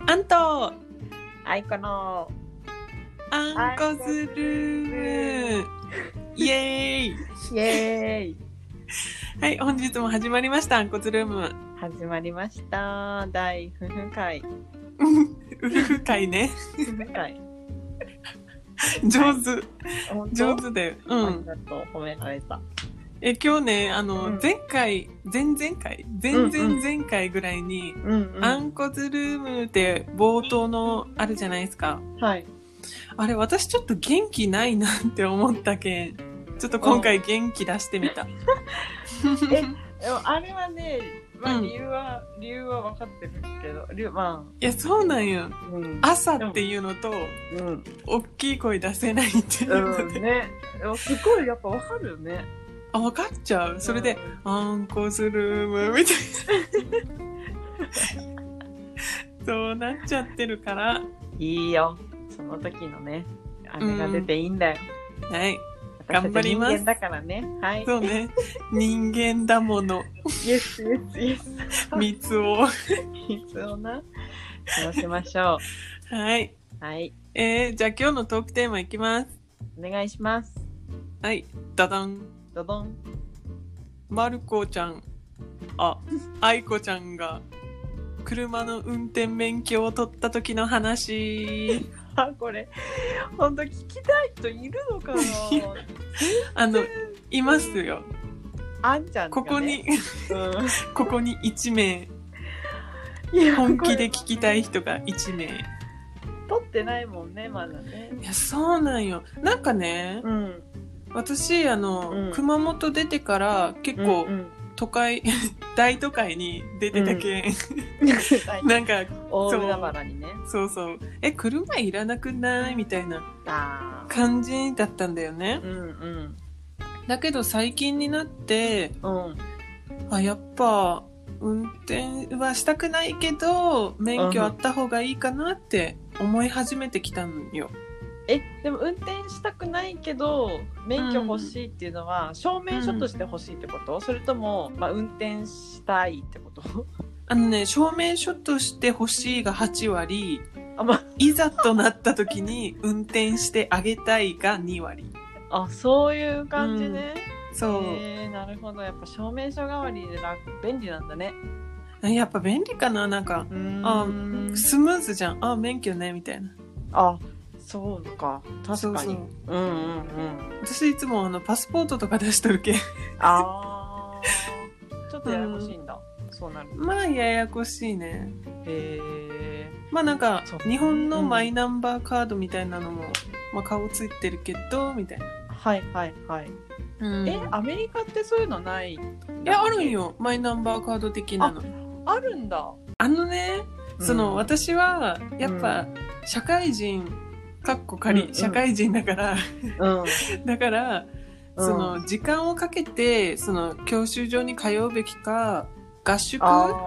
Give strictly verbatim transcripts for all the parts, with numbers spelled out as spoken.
アントアイコのアンコズルームイエーイイエーイはい、本日も始まりましたアンコズルーム。 始まりました。大夫婦会夫婦会ね夫婦会上手、はい、上手だよ。うん。 ありがとう、褒められた。 え、今日ね、あの、うん、前回、前々回、前々前回ぐらいに、うんうん、アンコズルームって冒頭のあるじゃないですか。 はい。あれ、私ちょっと元気ないなって思ったけん、ちょっと今回元気出してみた。 え、でもあれはね、まあ理由は、うん、理由は分かってるけど、理由まあ。 いや、そうなんよ。うん、朝っていうのと、うん、大きい声出せないっていうので。 うん、ね。でもすごいやっぱ分かるよね。 あ、分かっちゃう。それで、うん、アンコズルームみたいな。そうなっちゃってるから。 いいよ。その時のね、あれが出ていいんだよ。 うん、はい。頑張ります。 人間だからね。はい。 そうね。人間だもの。 イエスイエスイエス。 蜜を。 蜜をな。話しましょう。はい。 はい。 えー、じゃあ今日のトークテーマいきます。 お願いします。 はい。ダダン。 ドドン。 まるこちゃん。あ、あいこちゃんが車の運転免許を取った時の話。 あ、これ本当聞きたい人いるのかな。 あのいますよ。 あんちゃん、ね、 ここに、うん、ここにいちめい。本気で聞きたい人がいちめい。 取ってないもんね、まだね。 いや、そうなんよ。なんかね、うん、私あの、うん、熊本出てから結構、うんうん、都会大都会に出てたけん、うん、なんか大海原にね。 そうそうえ車いらなくないみたいな感じだったんだよね。うんうん、だけど最近になって、うん、あやっぱ運転はしたくないけど免許あった方がいいかなって思い始めてきたんよ。 えでも運転したくないけど免許欲しいっていうのは、うん、証明書として欲しいってこと、うん、それとも、まあ、運転したいってこと？ あのね証明書として欲しいがはちわり、あ、ま、いざとなった時に運転してあげたいがにわり。 あ、そういう感じね、 うん、そう、 えー、なるほど。やっぱ証明書代わりで楽便利なんだね。 やっぱ便利かな。なんかあスムーズじゃん。あ免許ねみたいな。 あそうか、確かに。そうそう、うんうんうん。 私いつもあのパスポートとか出しとるけ。 あー、ちょっとややこしいんだ。うん、そうなる。 まあややこしいね。へえ。まあなんか日本のマイナンバーカードみたいなのも、うん、まあ顔ついてるけどみたいな。 はいはいはい。うん、えアメリカってそういうのない？いやあるんよ、マイナンバーカード的なの。 あ、あるんだ。 あのね、その、うん、私はやっぱ社会人。かっこ仮、うんうん、社会人だから、うん、だから、うん、その時間をかけてその教習所に通うべきか合宿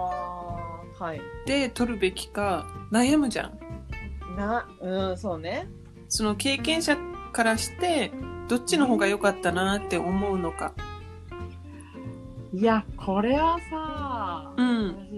で取るべきか悩むじゃん。 な、うん、そうね。 その経験者からしてどっちの方が良かったなって思うのか。 いやこれはさ、 うん、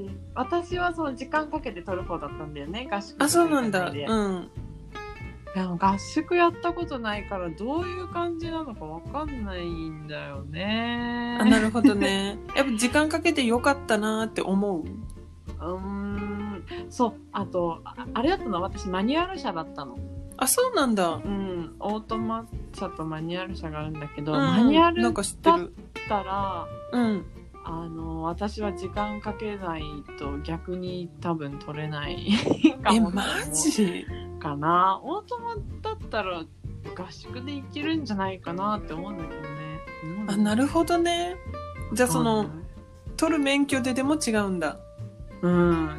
私はその時間かけて取る方だったんだよね、合宿。 あ、そうなんだ。うん。 でも合宿やったことないからどういう感じなのかわかんないんだよね。 あ、なるほどね。やっぱ時間かけてよかったなって思う。うーん、そう。あと あ, あれだったの、私マニュアル車だったの。 あ、そうなんだ。 うん、オートマ車とマニュアル車があるんだけど、うん、マニュアルだったら、うん、あの私は時間かけないと逆に多分取れないかも。 え、マジかな。オートマだったら合宿で行けるんじゃないかなって思うんだけどね。 うん、あ、なるほどね。じゃあその、うん、取る免許ででも違うんだ。 うん。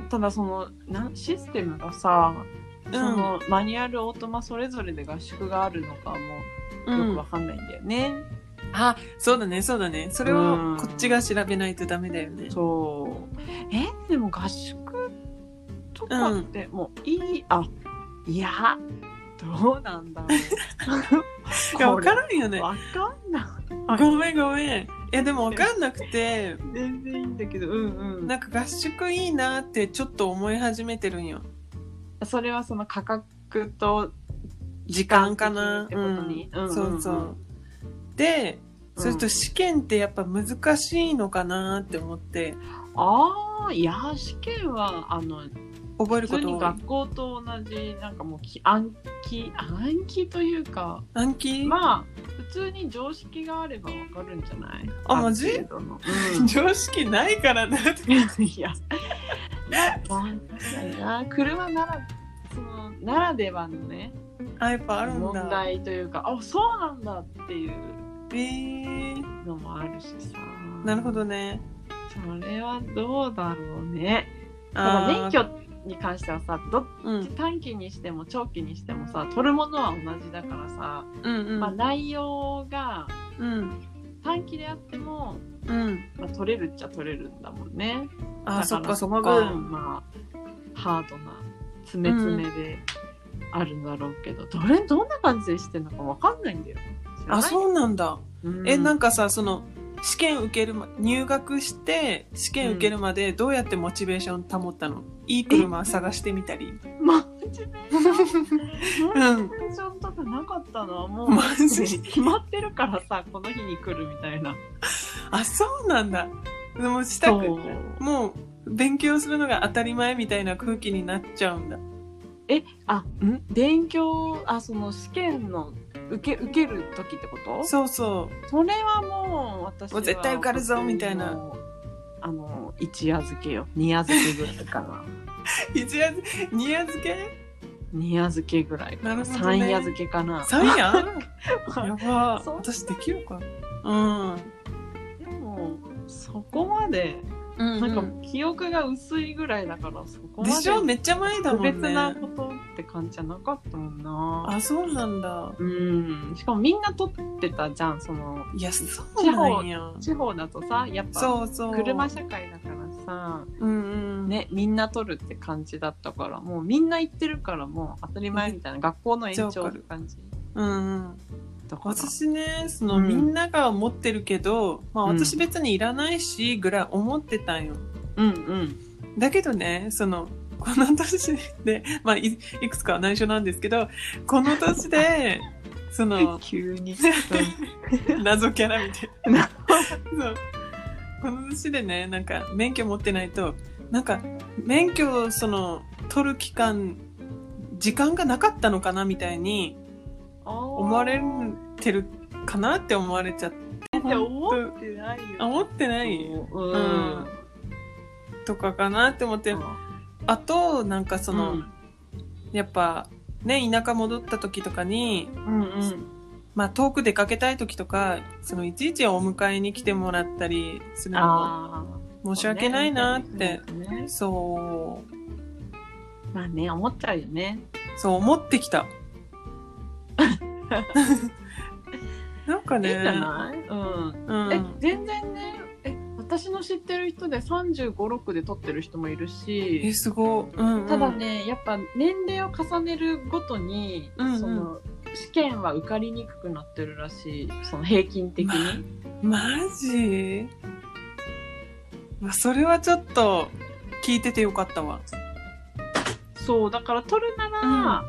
ただそのなシステムがさ、その、うん、マニュアルオートマそれぞれで合宿があるのかもよくわかんないんだよね。 うん、あ、そうだねそうだね。それをこっちが調べないとダメだよね。 うん、そう。えでも合宿とかってもういい、うん、あいやどうなんだろう。 いや分からんよね。 分かんない。 ごめんごめん。いやでも分かんなくて全然いいんだけど、うんうん。 なんか合宿いいなってちょっと思い始めてるんよ。 それはその価格と時間かなってことに、 うんうんうん、そうそうで、それと試験ってやっぱ難しいのかなって思って、うん、 ああいや試験はあの覚えること普通に学校と同じなんかもう暗記暗記というか暗記まあ普通に常識があればわかるんじゃない？ あマジ、うん、常識ないからないやな車ならそのならではのねあやっぱあるんだ問題というかあそうなんだっていうえー、 のもあるしさ。 なるほどね。 それはどうだろうね。ただ免許に関してはさどっち、うん、短期にしても長期にしてもさ取るものは同じだからさ、うんうんまあ、内容が短期であっても、うんまあ、取れるっちゃ取れるんだもんね。 あだからその分まあハードな詰め詰めであるんだろうけど、うん、どれどんな感じでしてんのか分かんないんだよ。 あそうなんだ、うん、えなんかさその試験受ける入学して試験受けるまでどうやってモチベーション保ったの？いい車探してみたり。 モチベーションモチベーションとかなかったのはもうマジ決まってるからさこの日に来るみたいな。 あそうなんだ。でもしたくもう勉強するのが当たり前みたいな空気になっちゃうんだ。 えあん勉強あその試験の受け受ける時ってこと？ そうそう。 それはもう私はもう絶対受かるぞみたいな。 あの一夜漬けよ。二夜漬けぐらいかな。 一夜二夜漬け？ 二夜漬けぐらいかな。三、ね、夜漬けかな。 三夜？やば。私できるか。うん。 でもそこまで。うんうん、なんか記憶が薄いぐらいだからそこまででしょめっちゃ前だもんね特別なことって感じじゃなかったもんな。 あそうなんだ。 うんしかもみんな撮ってたじゃんそのいやそうなんや地方、地方だとさやっぱそうそう車社会だからさうんうんねみんな撮るって感じだったからもうみんな行ってるからもう当たり前みたいな学校の延長って感じ。 うんうん私ねその、うん、みんなが思ってるけど、まあ、私別にいらないしぐらい思ってたんよ、 うんうん、 だけどねそのこの年で、まあ、い, いくつかは内緒なんですけどこの年でその急に謎キャラみたいなそうこの年でねなんか免許持ってないとなんか免許をその取る期間時間がなかったのかなみたいに思われてるかなって思われちゃって。 思ってないよ。 思ってない、うん、うん。とかかなって思って。あとなんかその、うん、やっぱね田舎戻った時とかに、うんうん、まあ遠く出かけたい時とかそのいちいちお迎えに来てもらったりするのも申し訳ないなって。そう,、ねそう。 まあね思っちゃうよね。 そう思ってきた。なんかねいいんじゃない？うん。うん、 え全然ねえ私の知ってる人でさんじゅうご、ろくで取ってる人もいるしえすごい、うんうん、 ただねやっぱ年齢を重ねるごとに、うんうん、その試験は受かりにくくなってるらしいその平均的に、 ま、マジ？まそれはちょっと聞いててよかったわ。 そうだから取るなら、うん、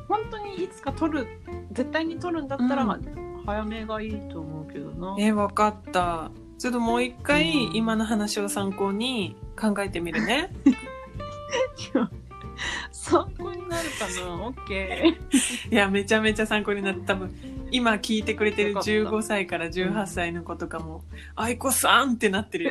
本当にいつか取る絶対に取るんだったら、うん、早めがいいと思うけどな。 え分かった。ちょっともう一回、うん、今の話を参考に考えてみるね。 参考になるかな。オッケー。いやめちゃめちゃ参考になって多分今聞いてくれてるじゅうごさいからじゅうはっさいの子とかも、うん、愛子さんってなってるよ。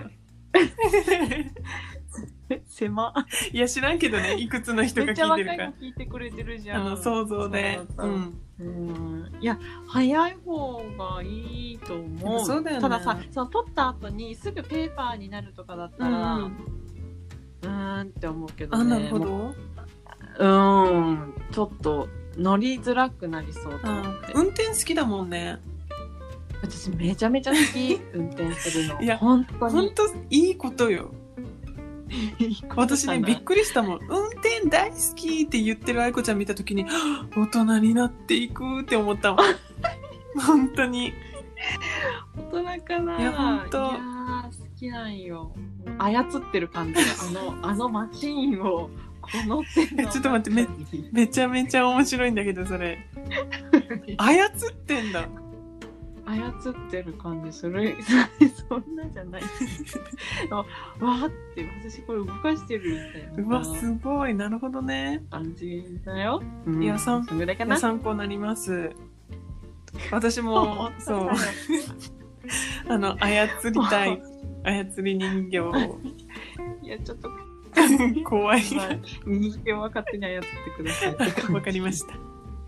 狭いや知らんけどねいくつの人が聞いてるか。めっちゃ若い子聞いてくれてるじゃん。 あの想像でう、 ん、うんいや早い方がいいと思う。 そうだよね。 たださその取った後にすぐペーパーになるとかだったら、うん、うーんって思うけどね。 あなるほど。 うんちょっと乗りづらくなりそうと思って。 運転好きだもんね。 私めちゃめちゃ好き運転するの。 いや本当に本当いいことよ。私ねびっくりしたもん。運転大好きって言ってる愛子ちゃん見たときに大人になっていくって思ったもん。本当に大人かな。 いや本当。いや好きなんよ。操ってる感じ。あのあのマシーンをの手のちょっと待って め, めちゃめちゃ面白いんだけどそれ操ってんだ。 操ってる感じする。そんなじゃないわーって私これ動かしてるみたいな。 うわすごい、なるほどね。 感じだよ。 うん、いや参それだけな参考になります。私もそうあの操りたい操り人形をいやちょっと怖い。 人形は勝手に操ってください。 わかりました。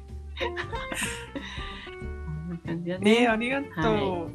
感じだね、 えー、ありがとう、 はい、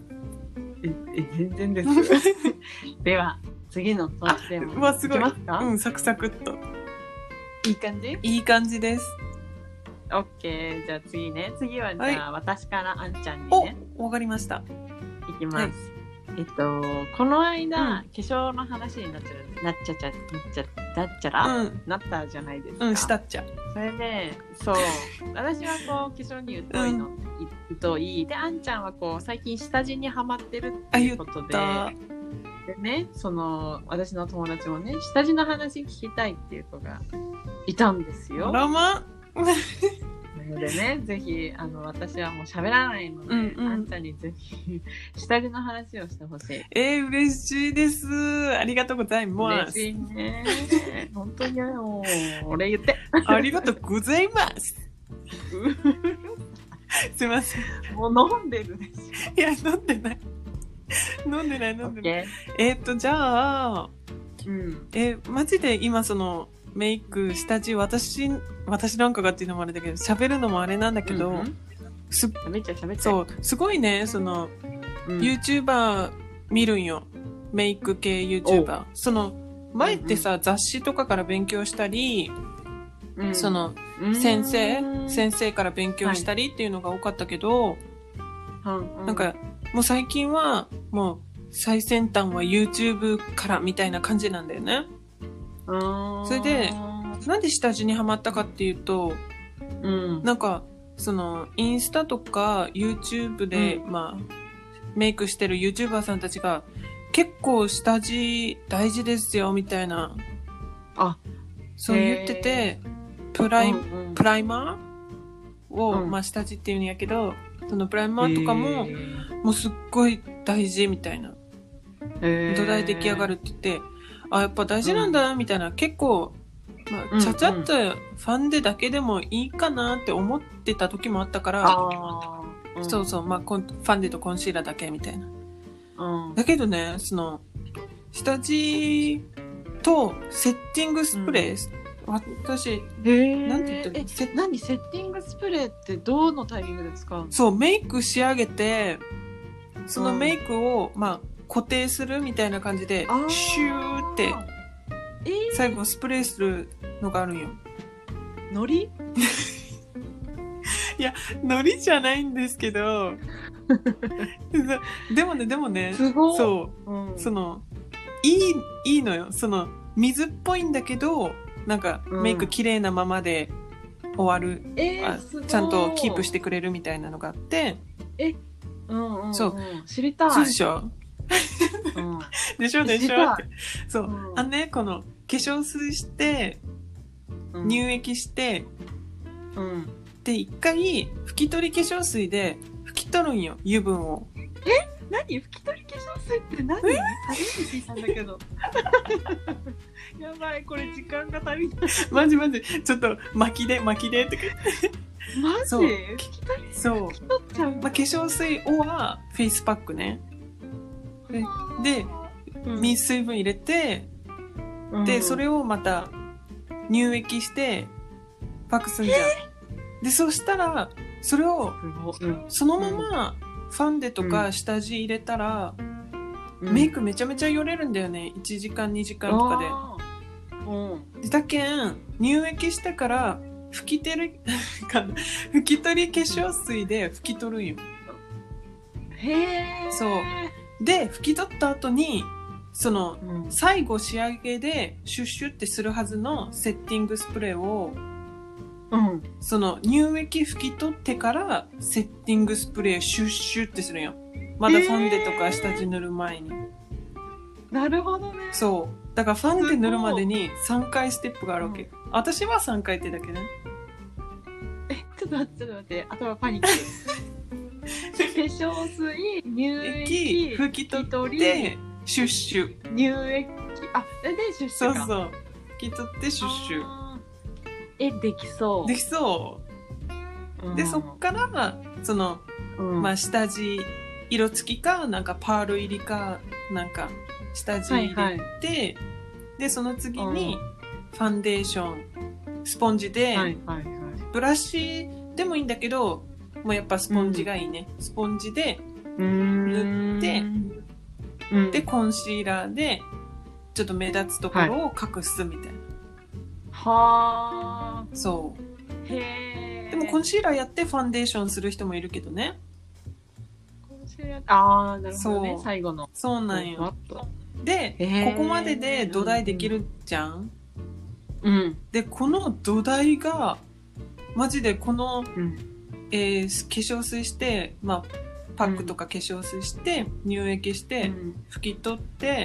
ええ全然ですでは次のトークテーマいきますか。 うん、サクサクっといい感じいい感じです。 オッケー、じゃあ次ね次はじゃあ、はい、私からあんちゃんにね。 お、わかりました。 いきます、はい、えっとこの間、うん、化粧の話になっちゃうなっちゃちゃなっちゃなっちゃら、うん、なったじゃないですか。 うん、したっちゃ。 それでそう私はこう化粧に疎いの、うん、疎いであんちゃんはこう最近下地にはまってるっていうことででね、その私の友達もね下地の話聞きたいっていう子がいたんですよ。 ラマなのでね、ぜひあの私はもう喋らないので、うんうん、あんちゃんにぜひ下地の話をしてほしい。 えー、嬉しいです。ありがとうございます。 嬉しいね。本当によ。俺言って。 ありがとうございます。すいません。 もう飲んでるでしょ。いや飲んでない。飲んでない飲んでない。えー、っとじゃあ、うん、えー、マジで今そのメイク下地私私なんかがっていうのもあれだけど喋るのもあれなんだけど、うんうん、す喋っちゃ喋っちゃそうすごいねその、うん、YouTuber 見るんよメイク系 YouTuber その前ってさ、うんうん、雑誌とかから勉強したり、うん、その先生先生から勉強したりっていうのが多かったけど、はい、なんかもう最近はもう最先端は YouTube からみたいな感じなんだよね。それでなんで下地にハマったかっていうと、うん、なんかそのインスタとか YouTube で、うん、まあメイクしてる YouTuber さんたちが結構下地大事ですよみたいなあそう言っててプライ、うんうん、プライマーを、うん、まあ下地っていうんやけどそのプライマーとかももうすっごい大事みたいな土台出来上がるって言ってあやっぱ大事なんだみたいな、うん、結構、まあ、ちゃちゃっとファンデだけでもいいかなって思ってた時もあったから、うん、そうそう、まあ、ファンデとコンシーラーだけみたいな、うん、だけどねその下地とセッティングスプレー、うん、私なんて言ったらえ何セッティングスプレーってどのタイミングで使うの？ そうメイク仕上げてそのメイクを、うん、まあ固定するみたいな感じでシューって最後スプレーするのがあるんよ。 のり？ いやのりじゃないんですけどでもねでもねすごいそう、うん、そのいいいいのよその水っぽいんだけどなんかメイク綺麗なままで終わる、うんえー、ちゃんとキープしてくれるみたいなのがあってえ、うんうんうん、 そう知りたいそうでしょうん、でしょでしょってそう、うん、あのねこの化粧水して、うん、乳液して、うん、で一回拭き取り化粧水で拭き取るんよ油分を。 え何拭き取り化粧水って何？初めて聞いたんだけどやばいこれ時間が足りないマジマジちょっと巻きで巻きでってマジ？拭き取りそう拭き取っちゃう、 まあ、化粧水をはフェイスパックねで、うん、に水分入れて、うん、でそれをまた乳液してパックすんじゃん。でそしたらそれをそのままファンデとか下地入れたら、うん、メイクめちゃめちゃよれるんだよねいちじかんにじかんとかで。うん、でだけん乳液してから拭き取り拭き取り化粧水で拭き取るんよ。 へー。 そうで拭き取った後にその、うん、最後仕上げでシュッシュってするはずのセッティングスプレーを、うん、その乳液拭き取ってからセッティングスプレーシュッシュってするんよ。まだファンデとか下地塗る前に、えー、なるほどね。 そうだからファンデ塗るまでにさんかいステップがあるわけ、 うん、 私はさんかいってだけね。 え、ちょっと待って、ちょっと待って、頭パニック。化粧水、乳液、 拭き取って、シュッシュ。 乳液、あ、で、シュッシュか。 そうそう。拭き取って、シュッシュ。 え、できそう。 できそう。うん、で、そっから、その、うん、まあ、下地、色付きか、なんかパール入りか、なんか、下地入れて、はいはい、で、その次に、ファンデーション、スポンジで、はいはいはい、ブラシでもいいんだけど、もうやっぱスポンジがいいね。うん、スポンジで塗って、うん、で、コンシーラーで、ちょっと目立つところを隠すみたいな。 はー。そう。へー。でもコンシーラーやってファンデーションする人もいるけどね。 コンシーラー、あー、なるほどね、最後の。 そうなんよ。で、ここまでで土台できるじゃん。うん。で、この土台が、マジでこの、うん、えー、化粧水して、まあ、パックとか化粧水して、うん、乳液して、うん、拭き取って、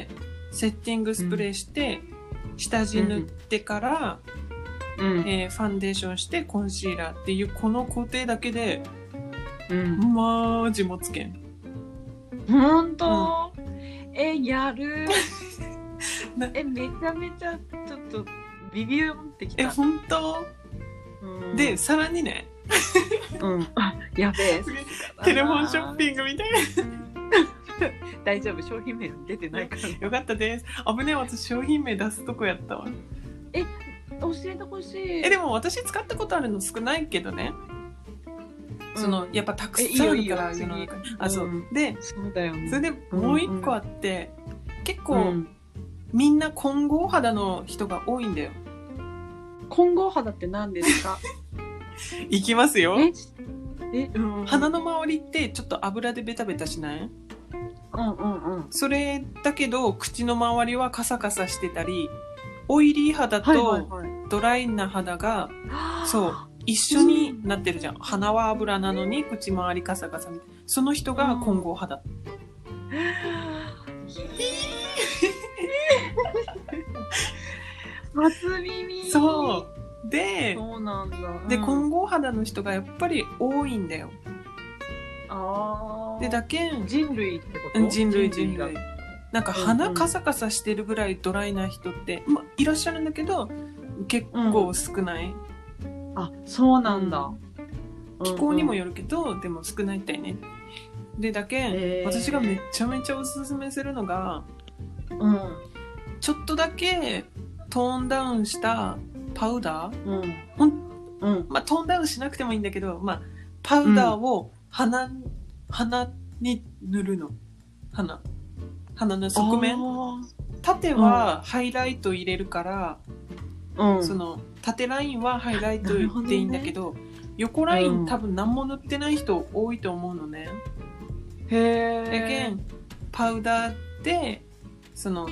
セッティングスプレーして、うん、下地塗ってから、うんえー、ファンデーションしてコンシーラーっていうこの工程だけで、うん、マジもつけん。 ほんと、うん、え、やるえ、めちゃめちゃちょっとビビヨンってきた。 え、ほんと、うん、で、さらにねうん、あ、やべえ。 テレフォンショッピングみたいな大丈夫、商品名出てないから。 よかったです。危ねえ、私商品名出すとこやったわ。 え、教えてほしい。 え、でも私使ったことあるの少ないけどね。うん、そのやっぱたくさんあるから世の中に。あ、そう。うん、で、 そうだよね。 それでもう一個あって、うん、結構、うん、みんな混合肌の人が多いんだよ。 混合肌って何ですか？ いきますよ。 ええ、うん、 鼻の周りってちょっと油でベタベタしない？ うんうんうん。 それだけど口の周りはカサカサしてたり、オイリー肌とドライな肌が、はいはいはい、そう一緒になってるじゃん。鼻は油なのに口周りカサカサみたいな。その人が混合肌。 初耳。 そうで、 そうなんだ、うん、 で混合肌の人がやっぱり多いんだよ。 あでだけん人類ってこと？ 人類人類。なんか鼻カサカサしてるぐらいドライな人って、うんうん、まいらっしゃるんだけど結構少ない。 うん、あ、そうなんだ。 うん、気候にもよるけど、うんうん、でも少ないみたいね。でだけん私がめちゃめちゃおすすめするのが、うん、ちょっとだけトーンダウンしたパウダー、うんほんうん、まあトーンダウンしなくてもいいんだけど、まあパウダーを鼻、うん、鼻に塗るの。鼻鼻の側面。縦はハイライト入れるから、うん、その縦ラインはハイライトでいいんだけど、ね、横ライン、うん、多分何も塗ってない人多いと思うのね。 へー。 でけんパウダーでその、うん、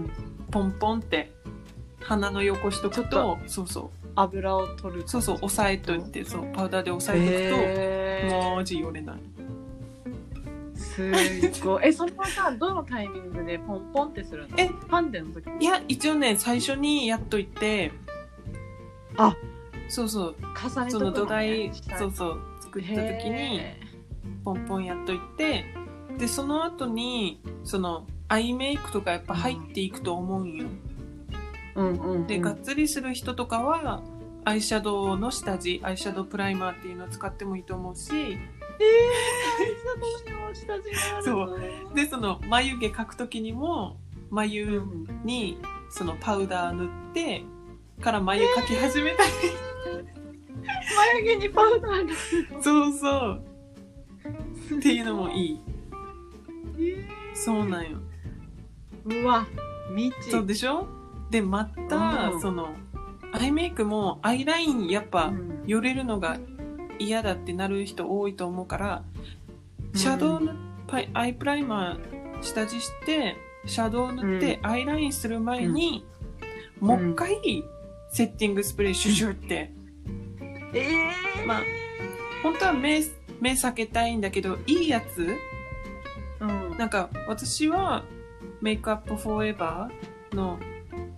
ポンポンって鼻の横しとくと、そうそう油を取る。 そうそう押さえといて、そうパウダーで押さえとくとマジよれない。 すごい。え、それはさ、どのタイミングでポンポンってするの？え、パンデの時？ いや、一応ね、最初にやっといて、 あ、 そうそう、 重ねとくのね、 その土台、そうそう作った時にポンポンやっといて、でその後にそのアイメイクとかやっぱ入っていくと思うんよ。うんうんうん、でがっつりする人とかはアイシャドウの下地、アイシャドウプライマーっていうのを使ってもいいと思うし。 えー、アイシャドウの下地があるの？ そうでその眉毛描くときにも眉にそのパウダー塗ってから眉描き始めたり、 えー、眉毛にパウダー塗るの？ そうそうっていうのもいい。えー、そうなんよ。 うわ未知。 そうでしょ。でまた、うん、そのアイメイクもアイラインやっぱよれるのが嫌だってなる人多いと思うから、シャドウの、うん、アイプライマー下地してシャドウ塗って、うん、アイラインする前に、うん、もう一回セッティングスプレーシュシュって、 うん、えー、 まあ本当は目目避けたいんだけどいいやつ、うん、なんか私はメイクアップフォーエバーの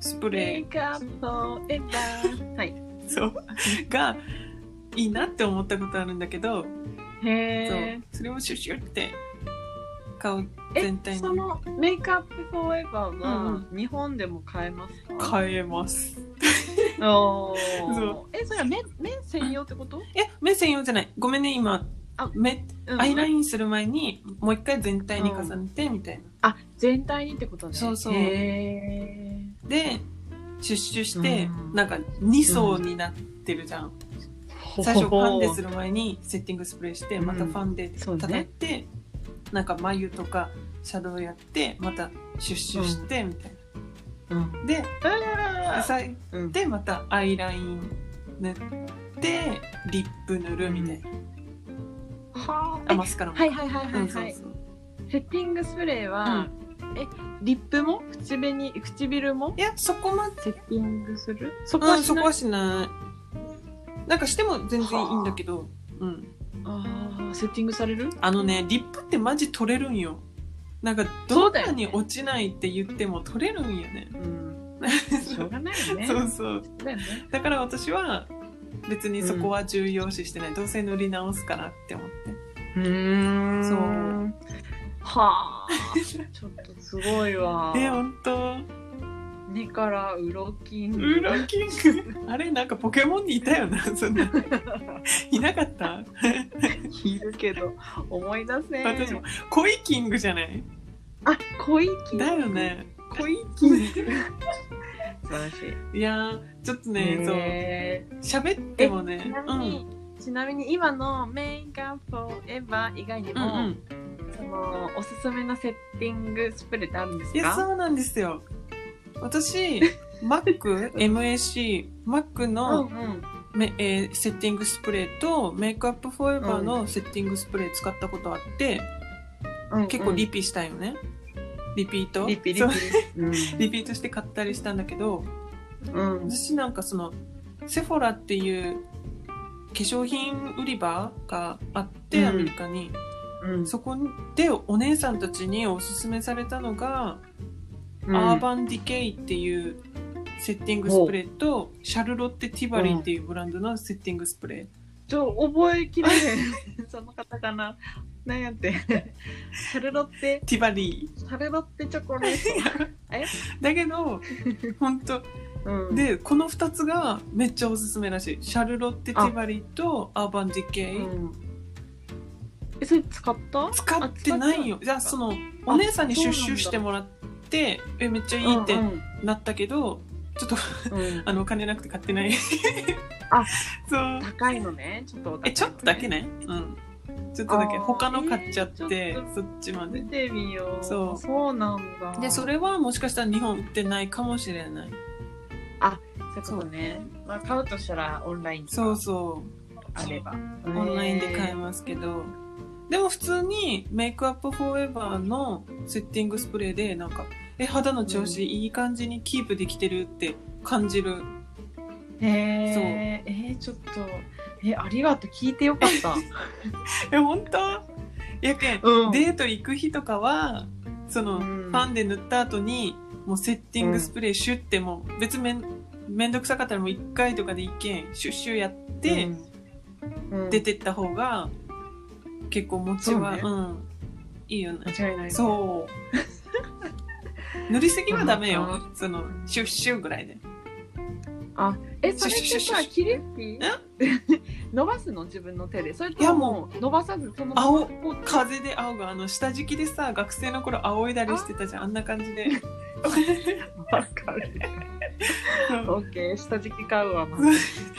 スプレーメイクアップフォーエバーはいそうがいいなって思ったことあるんだけど、 へそうそれをシュッシュって顔全体に。 えそのメイクアップフォーエバーは日本でも買えますか？ 買えますおそうえそれは目目専用ってこと？ いや目専用じゃない、ごめんね今あ目、うん、アイラインする前にもう一回全体に重ねてみたいな、うん、 あ全体にってことね。 そうそう。 へでシュッシュして、うん、なんかに層になってるじゃん、うん、最初ファンデする前にセッティングスプレーして、うん、またファンデ叩いて、ね、なんか眉とかシャドウやってまたシュッシュして、うん、みたいな、うん、で最後でまたアイライン塗ってリップ塗るみたいな、 うん、はあマスカラもはいはいはいはい、はいうん、そうそうセッティングスプレーは、うん、えリップも口紅唇もいやそこまでセッティングするそこはしない、うん、そこはしないなんかしても全然いいんだけどうんあセッティングされるあのねリップってマジ取れるんよなんかどんなに落ちないって言っても取れるんよねうんしょうがないよねそうそうだよねだから私は別にそこは重要視してない、うん、どうせ塗り直すからって思ってうーんそうはあちょっとすごいわえほんと目からウロキングウロキングあれなんかポケモンにいたよなそんないなかったいるけど思い出せ私もコイキングじゃないあコイキングだよねコイキング素晴らしいいやちょっとねそう喋ってもねちなみに、うん、ちなみに今のメイクアップフォーエバー以外にも、うんうん、そのおすすめのセッティングスプレーってあるんですか？ いやそうなんですよ私マック エムエーシー マックの、うんうんめえー、セッティングスプレーとメイクアップフォーエバーのセッティングスプレー使ったことあって、うん、結構リピしたよね、リピートリピリピ、 うん、リピートして買ったりしたんだけど、うん、私なんかそのセフォラっていう化粧品売り場があって、うん、アメリカに、うん、そこでお姉さんたちにおすすめされたのが、うん、アーバンディケイっていうセッティングスプレーとシャルロッテ・ティバリーっていうブランドのセッティングスプレー、 ちょ覚えきれへんその方かななんやってシャルロッテティバリーシャルロッテチョコレートえだけど本当、うん、でこのふたつがめっちゃおすすめらしい。シャルロッテ・ティバリーとアーバンディケイ、うん、 えそれ使った？ 使ってないよ。じゃあそのお姉さんにシュッシュしてもらってえめっちゃいいってなったけど、うんうんちょっと、うん、あのお金なくて買ってないあそう高いのねちょっと、ね、 えちょっとだけねうんちょっとだけ他の買っちゃって、えー、そっちまで見てみようそうそうなんだでそれはもしかしたら日本売ってないかもしれないあそういうことねまあ買うとしたらオンラインとかそうそうあればオンラインで買えますけどでも普通にメイクアップフォーエバーのセッティングスプレーでなんかえ肌の調子いい感じにキープできてるって感じる、 うん、へえそうえー、ちょっとえありがとう聞いてよかったえ本当やけん、うん、デート行く日とかはその、うん、ファンで塗った後にもうセッティングスプレーシュッてもう別めんめんどくさかったらもういっかいとかでいけんシュッシュやって、うん、出てった方が結構持ちはう、ね、うんいいよね間違いない、ね、 そう塗りすぎはダメよそのシュッシュぐらいであえそれってさキレッキ伸ばすの自分の手でそれとも伸ばさずその青風で青があの下敷きでさ学生の頃仰いだりしてたじゃん あ, あんな感じでわかるオッケー下敷き買うわまず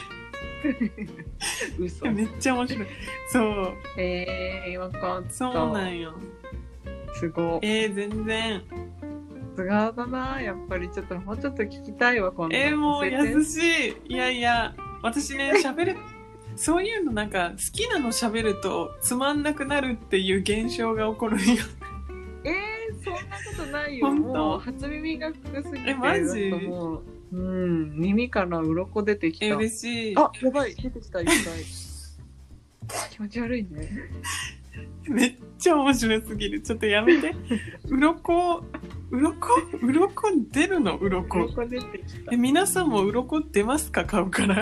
嘘めっちゃ面白いそうえー、わかったそうなんよすごいえー、全然さすがだなやっぱりちょっともうちょっと聞きたいわこんなえー、もう優しいいやいや私ね喋るそういうのなんか好きなの喋るとつまんなくなるっていう現象が起こるんよえー、そんなことないよもう初耳が深すぎてえマジもううん耳から鱗出てきたえ嬉しいあやばい出てきた一回気持ち悪いねめっちゃ面白すぎるちょっとやめて鱗鱗鱗出るの鱗。 鱗出てきた。 え、皆さんも鱗出ますか、顔から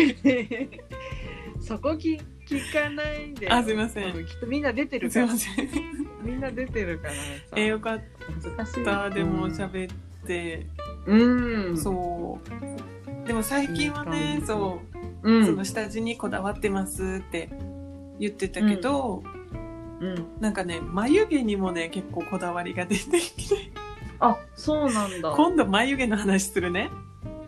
そこ聞聞かないで。 あ、すいません。 きっとみんな出てるから。 すいません。 みんな出てるからさ。 え、よかった。でも喋って、 うん、 そうでも最近はね、そう、うん、その下地にこだわってますって言ってたけど、うんうん、なんかね、眉毛にもね結構こだわりが出てきて。 あ、そうなんだ。 今度眉毛の話するね。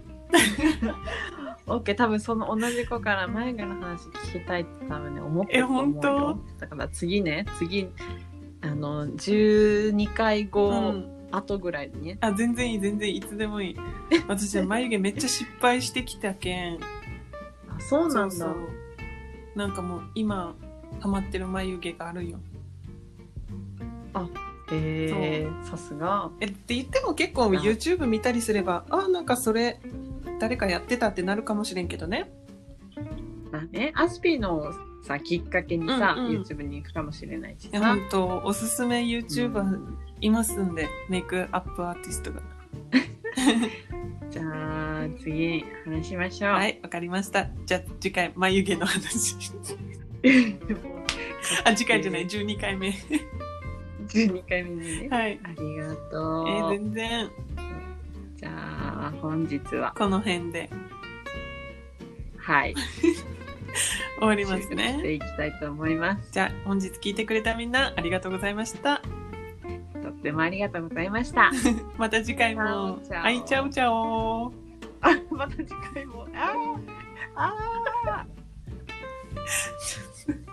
オッケー、多分その同じ子から眉毛の話聞きたいって多分ね思ってると思うよ。え、本当？だから次ね、次あのじゅうにかいご、うん、後ぐらいにね。 あ、全然いい、全然いつでもいい。私は眉毛めっちゃ失敗してきたけん。 あ、そうなんだ。そうそう、 なんかもう今ハマってる眉毛があるよ。 あ、へえー、さすが。 えって言っても結構 YouTube 見たりすれば、あ、なんかそれ誰かやってたってなるかもしれんけどね。 まあね、アスピーのさきっかけにさ、うんうん、YouTube に行くかもしれないしさ。 いや、本当おすすめ YouTuber いますんで、うん、メイクアップアーティストが。 じゃあ次話しましょう。 はい、わかりました。じゃあ次回眉毛の話。あ、次回じゃない、じゅうにかいめ。 じゅうにかいめにね。 はい。 ありがとう。 えー、全然。 じゃあ本日はこの辺で。 はい。 終わりますね。 していきたいと思います。 じゃあ本日聞いてくれたみんなありがとうございました。 とってもありがとうございました。 また次回も。はい、チャオチャオ。 あ、また次回も。ああ。ああ。